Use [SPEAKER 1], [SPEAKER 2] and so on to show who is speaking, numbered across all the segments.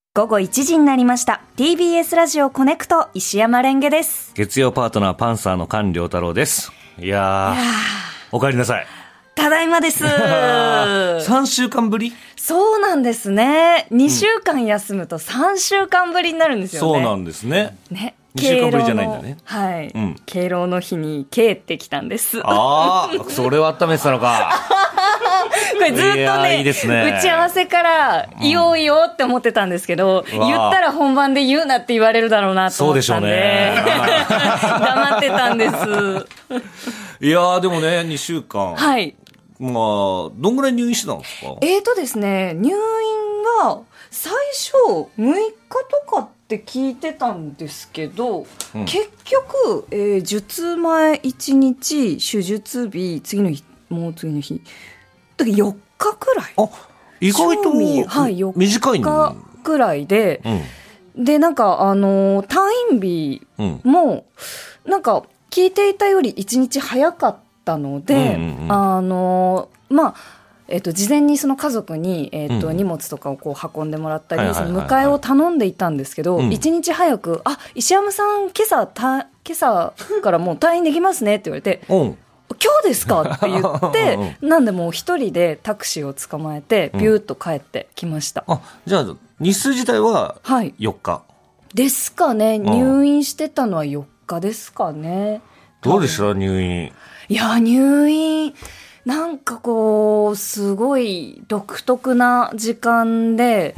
[SPEAKER 1] 午後1時になりました。 TBS ラジオコネクト、石山レンゲです。
[SPEAKER 2] 月曜パートナーパンサーの菅良太郎です。いやお帰りなさい。
[SPEAKER 1] ただいまです。
[SPEAKER 2] 3週間ぶり。
[SPEAKER 1] そうなんですね。2週間休むと3週間ぶりになるんですよね。
[SPEAKER 2] そうなんですね。
[SPEAKER 1] ね、
[SPEAKER 2] 2週間ぶりじゃないんだね。
[SPEAKER 1] はい、
[SPEAKER 2] うん、
[SPEAKER 1] 敬老の日に帰ってきたんです。
[SPEAKER 2] ああ、それを温めてたのか。
[SPEAKER 1] これずっとね、
[SPEAKER 2] いいですね、
[SPEAKER 1] 打ち合わせから言おうよって思ってたんですけど、言ったら本番で言うなって言われるだろうなと思ったんで、
[SPEAKER 2] そうでしょうね。
[SPEAKER 1] 黙ってたんです。
[SPEAKER 2] いやーでもね、2週間。
[SPEAKER 1] はい。
[SPEAKER 2] まあ、どんぐらい入院してたんですか？
[SPEAKER 1] ですね、入院が最初6日とかって聞いてたんですけど、結局、術前1日、手術日、次の日、もう次の日、だから4日くらい。
[SPEAKER 2] あ、意外と短い
[SPEAKER 1] 4日くらいで、で、なんか、退院日も、なんか、聞いていたより1日早かったので、まあ、事前にその家族に、荷物とかをこう運んでもらったり、その迎えを頼んでいたんですけど、1日早く、石山さん、今朝からもう退院できますねって言われて、今日ですかって言ってなんでもう一人でタクシーを捕まえてビューッと帰ってきました。
[SPEAKER 2] じゃあ日数自体は4日、
[SPEAKER 1] ですかね。入院してたのは4日ですかね。
[SPEAKER 2] どうでした入院？
[SPEAKER 1] いや、入院なんかこうすごい独特な時間で、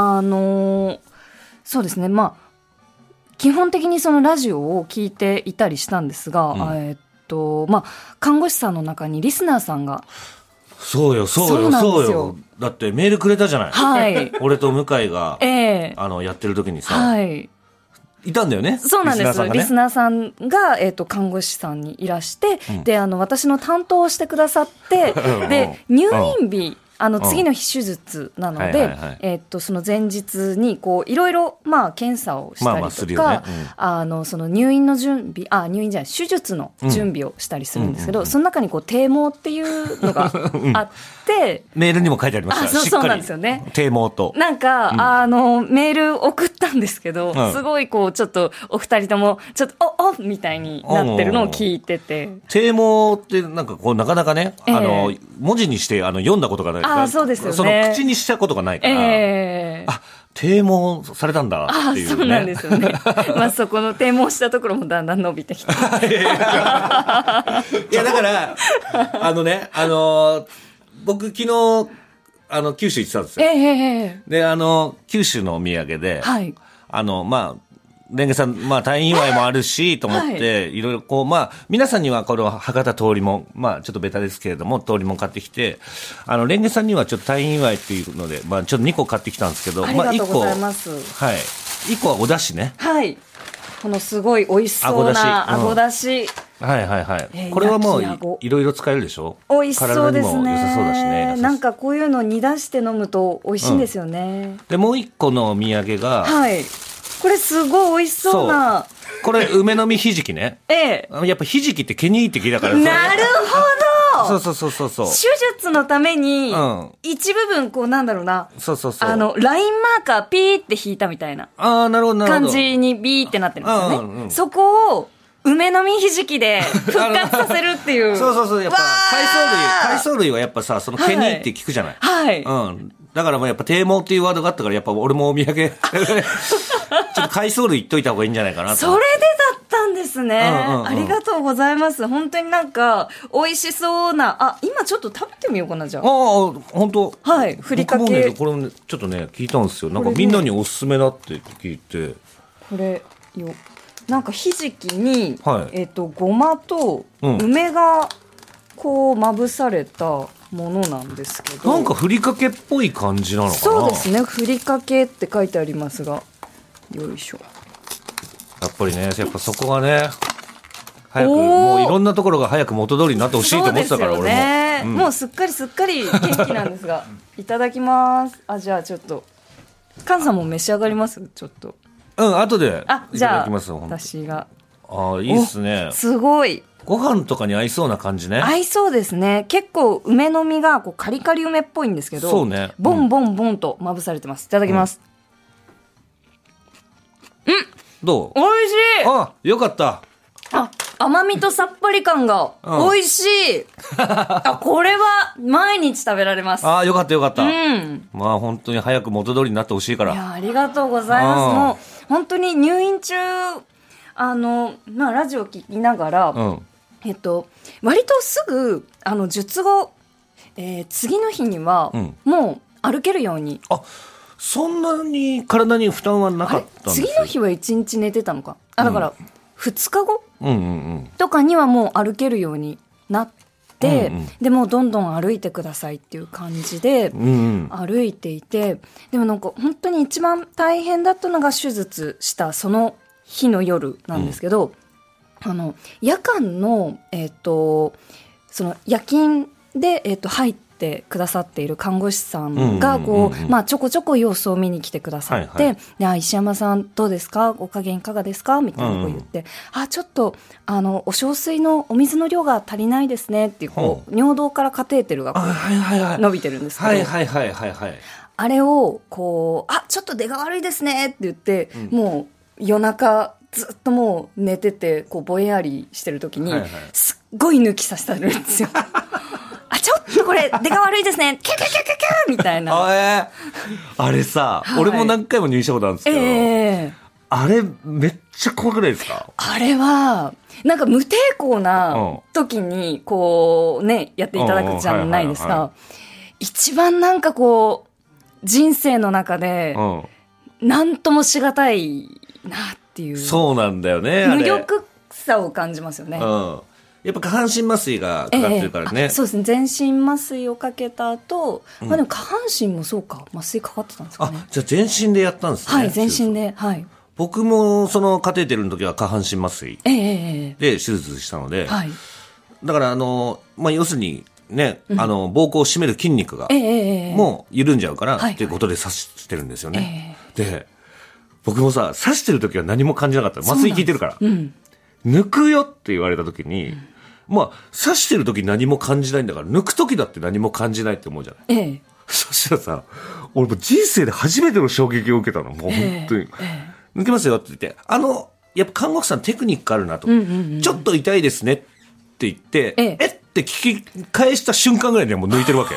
[SPEAKER 1] そうですね、まあ基本的にそのラジオを聞いていたりしたんですが、まあ、看護師さんの中にリスナーさんが。
[SPEAKER 2] そうよ。だってメールくれたじゃない。
[SPEAKER 1] はい。
[SPEAKER 2] 俺と向井が、やってる時にさ、
[SPEAKER 1] はい。
[SPEAKER 2] いたんだよね。
[SPEAKER 1] そうなんです。リスナーさんが、看護師さんにいらして、で、私の担当をしてくださって、で、入院日、次の日手術なので、その前日にこういろいろ検査をしたりとか、その入院の準備、入院じゃない、手術の準備をしたりするんですけど、その中にこう低毛っていうのがあって、
[SPEAKER 2] メールにも書いてありました。
[SPEAKER 1] そうなんですよね。
[SPEAKER 2] 低毛と。
[SPEAKER 1] なんか、メール送ったんですけど、すごいこうちょっとお二人ともちょっとおみたいになってるのを聞いてて、
[SPEAKER 2] 低毛ってなんかこうなかなかね、文字にして読んだことがない。
[SPEAKER 1] そうですよね。
[SPEAKER 2] その口にしたことがないから、低毛されたんだっていうね。
[SPEAKER 1] そうなんですよね。まあそこの低毛したところもだんだん伸びてきて。いや
[SPEAKER 2] だから僕昨日九州行ってたんですよ。で九州のお土産で、レンゲさん、退院祝いもあるし、と思って、いろいろこう、皆さんにはこの博多通りもん、ちょっとベタですけれども、通りもん買ってきて、レンゲさんにはちょっと退院祝いっていうので、ちょっと2個買ってきたんですけど、
[SPEAKER 1] ありがとうございます。
[SPEAKER 2] はい。1個はお出汁ね。
[SPEAKER 1] はい。このすごい美味しそうなあごだし。
[SPEAKER 2] はい。これはもういろいろ使えるでしょ？
[SPEAKER 1] 美味しそうですね。
[SPEAKER 2] 体にも良さそうだしね。
[SPEAKER 1] なんかこういうの煮出して飲むと美味しいんですよね。
[SPEAKER 2] で、もう1個のお土産が、
[SPEAKER 1] これすごい美味しそうな。
[SPEAKER 2] これ梅の実ひじきね。やっぱひじきって毛にいいって聞いたから。
[SPEAKER 1] なるほど。
[SPEAKER 2] そう。
[SPEAKER 1] 手術のために一部分こうなんだろうな。ラインマーカーピーって引いたみたいな。
[SPEAKER 2] なるほど。
[SPEAKER 1] 感じにビーってなってるんですよね。そこを梅の実ひじきで復活させるっていう。
[SPEAKER 2] そうやっぱ海藻類はやっぱさ、その毛にいいって聞くじゃない。
[SPEAKER 1] はい。
[SPEAKER 2] だからやっぱ低毛っていうワードがあったから、やっぱ俺もお土産ちょっと海藻類言っといた方がいいんじゃないかなと。
[SPEAKER 1] それでだったんですね。ありがとうございます。本当になんか美味しそうな。今ちょっと食べてみようかな、じゃあ。
[SPEAKER 2] 本当。
[SPEAKER 1] はい。ふりかけ。
[SPEAKER 2] これもね、ちょっとね聞いたんですよ。なんかみんなにおすすめだって聞いて。
[SPEAKER 1] これよ。なんかひじきにごまと梅がこうまぶされたものなんですけど、
[SPEAKER 2] なんかふりかけっぽい感じなのかな。
[SPEAKER 1] そうですね、ふりかけって書いてありますが、よいしょ。
[SPEAKER 2] やっぱりね、やっぱそこがね、早くもういろんなところが早く元通りになってほしいと思ってたから、俺も、
[SPEAKER 1] もうすっかり元気なんですがいただきます。じゃあちょっと菅さんも召し上がります？ちょっと
[SPEAKER 2] 後でいただきます。
[SPEAKER 1] じゃあ私が。
[SPEAKER 2] いいっすね。
[SPEAKER 1] すごい
[SPEAKER 2] ご飯とかに合いそうな感じね。
[SPEAKER 1] 合いそうですね。結構梅の実がこうカリカリ梅っぽいんですけど、
[SPEAKER 2] そうね、
[SPEAKER 1] ボンボンボンとまぶされてます。いただきます。
[SPEAKER 2] どう？
[SPEAKER 1] 美味しい。
[SPEAKER 2] あ、よかった。
[SPEAKER 1] 甘みとさっぱり感が美味しい。これは毎日食べられます。
[SPEAKER 2] よかったよかった。まあ本当に早く元通りになってほしいから。
[SPEAKER 1] いや、ありがとうございます。もう本当に入院中、ラジオ聞きながら、割とすぐ、術後、次の日には、もう歩けるように。
[SPEAKER 2] そんなに体に負担はなかったんですよ。
[SPEAKER 1] 次の日は1日寝てたのか。だから、2日後とかにはもう歩けるようになって、でもうどんどん歩いてくださいっていう感じで歩いていて、でもなんか本当に一番大変だったのが手術したその日の夜なんですけど、夜間の、その夜勤で、入ってくださっている看護師さんがちょこちょこ様子を見に来てくださって、石山さんどうですか、お加減いかがですかみたいなことを言って、ちょっとお小水のお水の量が足りないですねっていう、尿道からカテーテルが伸びてるんですけど、あれをちょっと出が悪いですねって言って、もう夜中ずっともう寝ててぼんやりしてる時に、すっごい抜きさせたんですよ。ちょっとこれ出が悪いですね、キュキュキュキュキュみたいな。
[SPEAKER 2] あれさ、俺も何回も入院したことあるんですけど、あれめっちゃ怖くないですか？
[SPEAKER 1] あれはなんか無抵抗な時にやっていただくじゃないですか。一番なんか人生の中で何ともしがたいなっていう。
[SPEAKER 2] そうなんだよね。
[SPEAKER 1] 無力さを感じますよね。
[SPEAKER 2] やっぱ下半身麻酔がかかってるからね。
[SPEAKER 1] そうですね。全身麻酔をかけた後、でも下半身もそうか、麻酔かかってたんですかね。
[SPEAKER 2] じゃあ全身でやったんですね。
[SPEAKER 1] はい、全身で。はい。
[SPEAKER 2] 僕もそのカテーテルの時は下半身麻酔で手術したので、だから要するにね、膀胱を締める筋肉がもう緩んじゃうからっていうことで刺してるんですよね。で、僕もさ、刺してる時は何も感じなかった。麻酔効いてるから。抜くよって言われた時に、刺してる時何も感じないんだから、抜く時だって何も感じないって思うじゃない。そしたらさ、俺も人生で初めての衝撃を受けたの。もう本当に。抜けますよって言って、やっぱ看護師さんテクニックあるなと。ちょっと痛いですねって言って、って聞き返した瞬間ぐらいにはもう抜いてるわけ。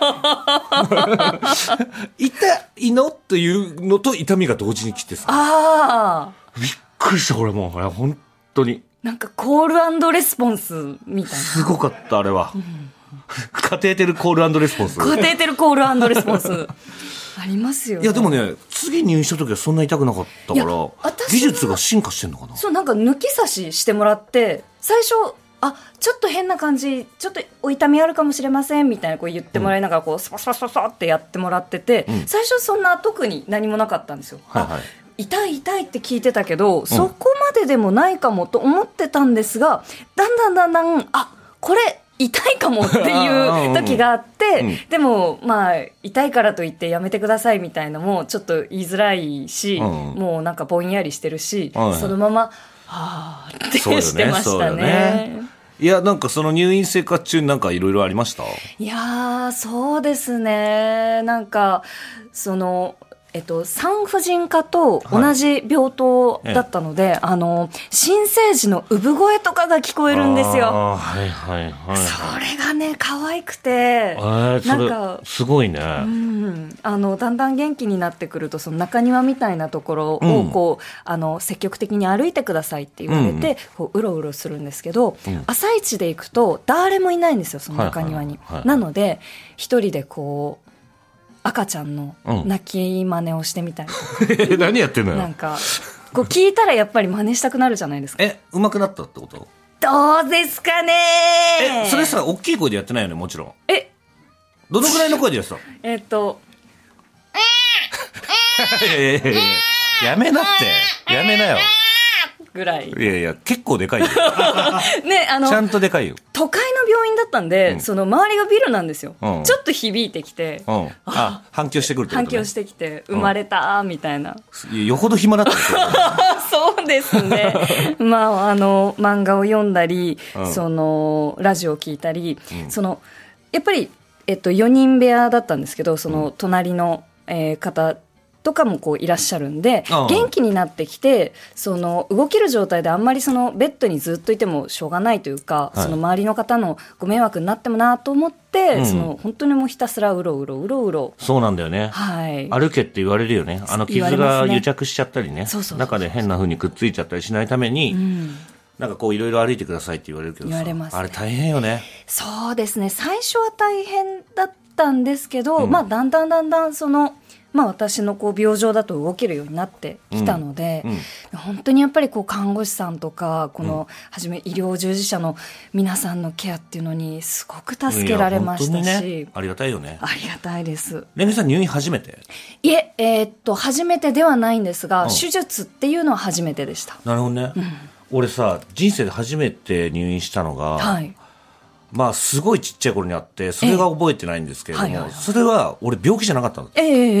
[SPEAKER 2] 痛いのっていうのと痛みが同時に来てさ。びっくりした、これもう。本当に。
[SPEAKER 1] なんかコール&レスポンスみたいな。
[SPEAKER 2] すごかった、あれは。カテーテルコール&レスポンス。
[SPEAKER 1] カテーテルコール&レスポンス。ありますよね。
[SPEAKER 2] いや、でもね、次入院した時はそんな痛くなかったから、技術が進化してんのかな。
[SPEAKER 1] そう、なんか抜き差ししてもらって、最初、ちょっと変な感じ、ちょっとお痛みあるかもしれませんみたいな言ってもらいながらスパスパスパスパってやってもらってて、最初そんな特に何もなかったんですよ。痛い痛いって聞いてたけど、そこまででもないかもと思ってたんですが、だんだんこれ痛いかもっていう時があって、でも痛いからといってやめてくださいみたいなのもちょっと言いづらいし、もうなんかぼんやりしてるし、そのままってしてましたね。
[SPEAKER 2] いや、なんかその入院生活中になんかいろいろありました？
[SPEAKER 1] いや、そうですね。なんか産婦人科と同じ病棟だったので、新生児の産声とかが聞こえるんですよ。それがね、可愛くて、なんか
[SPEAKER 2] すごいね。
[SPEAKER 1] だんだん元気になってくると、その中庭みたいなところを積極的に歩いてくださいって言われて、うろうろするんですけど、朝一で行くと誰もいないんですよ、その中庭に。なので一人で赤ちゃんの泣き真似をしてみたりとか。
[SPEAKER 2] 何やってんのよ。
[SPEAKER 1] なんか聞いたらやっぱり真似したくなるじゃないですか。
[SPEAKER 2] 上手くなったってこと？
[SPEAKER 1] どうですかね。
[SPEAKER 2] それさ、大きい声でやってないよね、もちろん。どのぐらいの声でやってたの？やめなって。やめなよ。
[SPEAKER 1] ぐらい。
[SPEAKER 2] いやいや、結構でかいよ。
[SPEAKER 1] ね、
[SPEAKER 2] ちゃんとでかいよ。
[SPEAKER 1] 都会の病院だったんで、その周りがビルなんですよ。ちょっと響いてきて。
[SPEAKER 2] 反響してくるってことね。
[SPEAKER 1] 反響してきて、生まれた、みたいな。
[SPEAKER 2] よほど暇だった
[SPEAKER 1] そうですね。漫画を読んだり、ラジオを聞いたり、やっぱり、4人部屋だったんですけど、その隣の方とかもこういらっしゃるんで、元気になってきて、その動ける状態であんまりそのベッドにずっといてもしょうがないというか、その周りの方のご迷惑になってもなと思って、その本当にもうひたすらうろうろうろうろ。
[SPEAKER 2] そうなんだよね。
[SPEAKER 1] はい。
[SPEAKER 2] 歩けって言われるよね。傷が癒着しちゃったりね。中で変な風にくっついちゃったりしないために、なんかこういろいろ歩いてくださいって言われるけどさ、
[SPEAKER 1] 言われますね。
[SPEAKER 2] あれ大変よね。
[SPEAKER 1] そうですね。最初は大変だったんですけど、まあだんだんその、まあ、私のこう病状だと動けるようになってきたので、本当にやっぱりこう看護師さんとかこのはじめ医療従事者の皆さんのケアっていうのにすごく助けられましたし、
[SPEAKER 2] ね、ありがたいよね。
[SPEAKER 1] ありがたいです。
[SPEAKER 2] レンゲさん入院初めて？
[SPEAKER 1] いえ、初めてではないんですが、手術っていうのは初めてでした。
[SPEAKER 2] なるほどね。俺さ、人生で初めて入院したのが、はい、まあすごいちっちゃい頃にあって、それが覚えてないんですけれども、それは俺病気じゃなかったんです。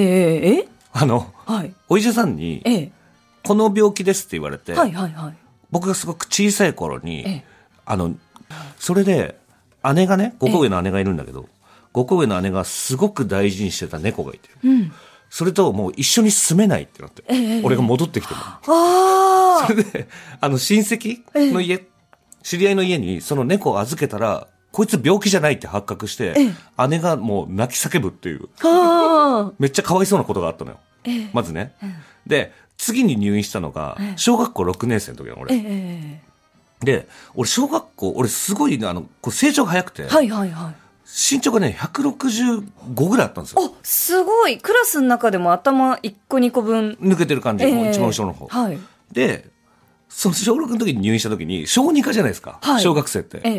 [SPEAKER 2] はい、お医者さんに、この病気ですって言われて、僕がすごく小さい頃に、それで姉がね、5個上の姉がいるんだけど、5個上の姉がすごく大事にしてた猫がいて、それともう一緒に住めないってなって、俺が戻ってきても。それで、親戚の家、知り合いの家にその猫を預けたら、こいつ病気じゃないって発覚して、姉がもう泣き叫ぶっていう、めっちゃかわいそうなことがあったのよ。まずね。で、次に入院したのが、小学校6年生の時なの、俺。で、俺小学校、俺すごい、こう成長が早くて、身長がね、165ぐらいあったんですよ。
[SPEAKER 1] お、すごい。クラスの中でも頭1個2個分。
[SPEAKER 2] 抜けてる感じ。一番後ろの方。で、その小6の時に入院した時に、小児科じゃないですか。小学生って。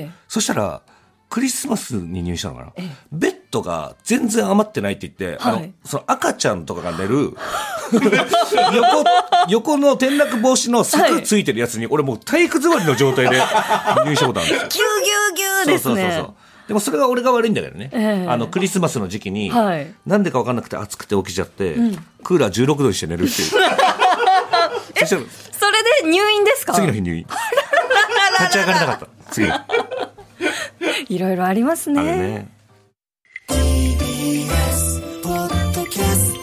[SPEAKER 2] そしたら、クリスマスに入院したのかな。ベッドが全然余ってないって言って、その赤ちゃんとかが寝る、横の転落防止の柵ついてるやつに、俺もう体育座りの状態で入院したことあるんですよ。
[SPEAKER 1] ギュギュギュですね。そう。
[SPEAKER 2] でもそれが俺が悪いんだけどね。クリスマスの時期に、なんでか分かんなくて暑くて起きちゃって、クーラー16度にして寝るっていう。
[SPEAKER 1] それで入院ですか？
[SPEAKER 2] 次の日入院。立ち上がれなかった。次。
[SPEAKER 1] いろいろありますね。
[SPEAKER 2] あるね。TBSポッドキャスト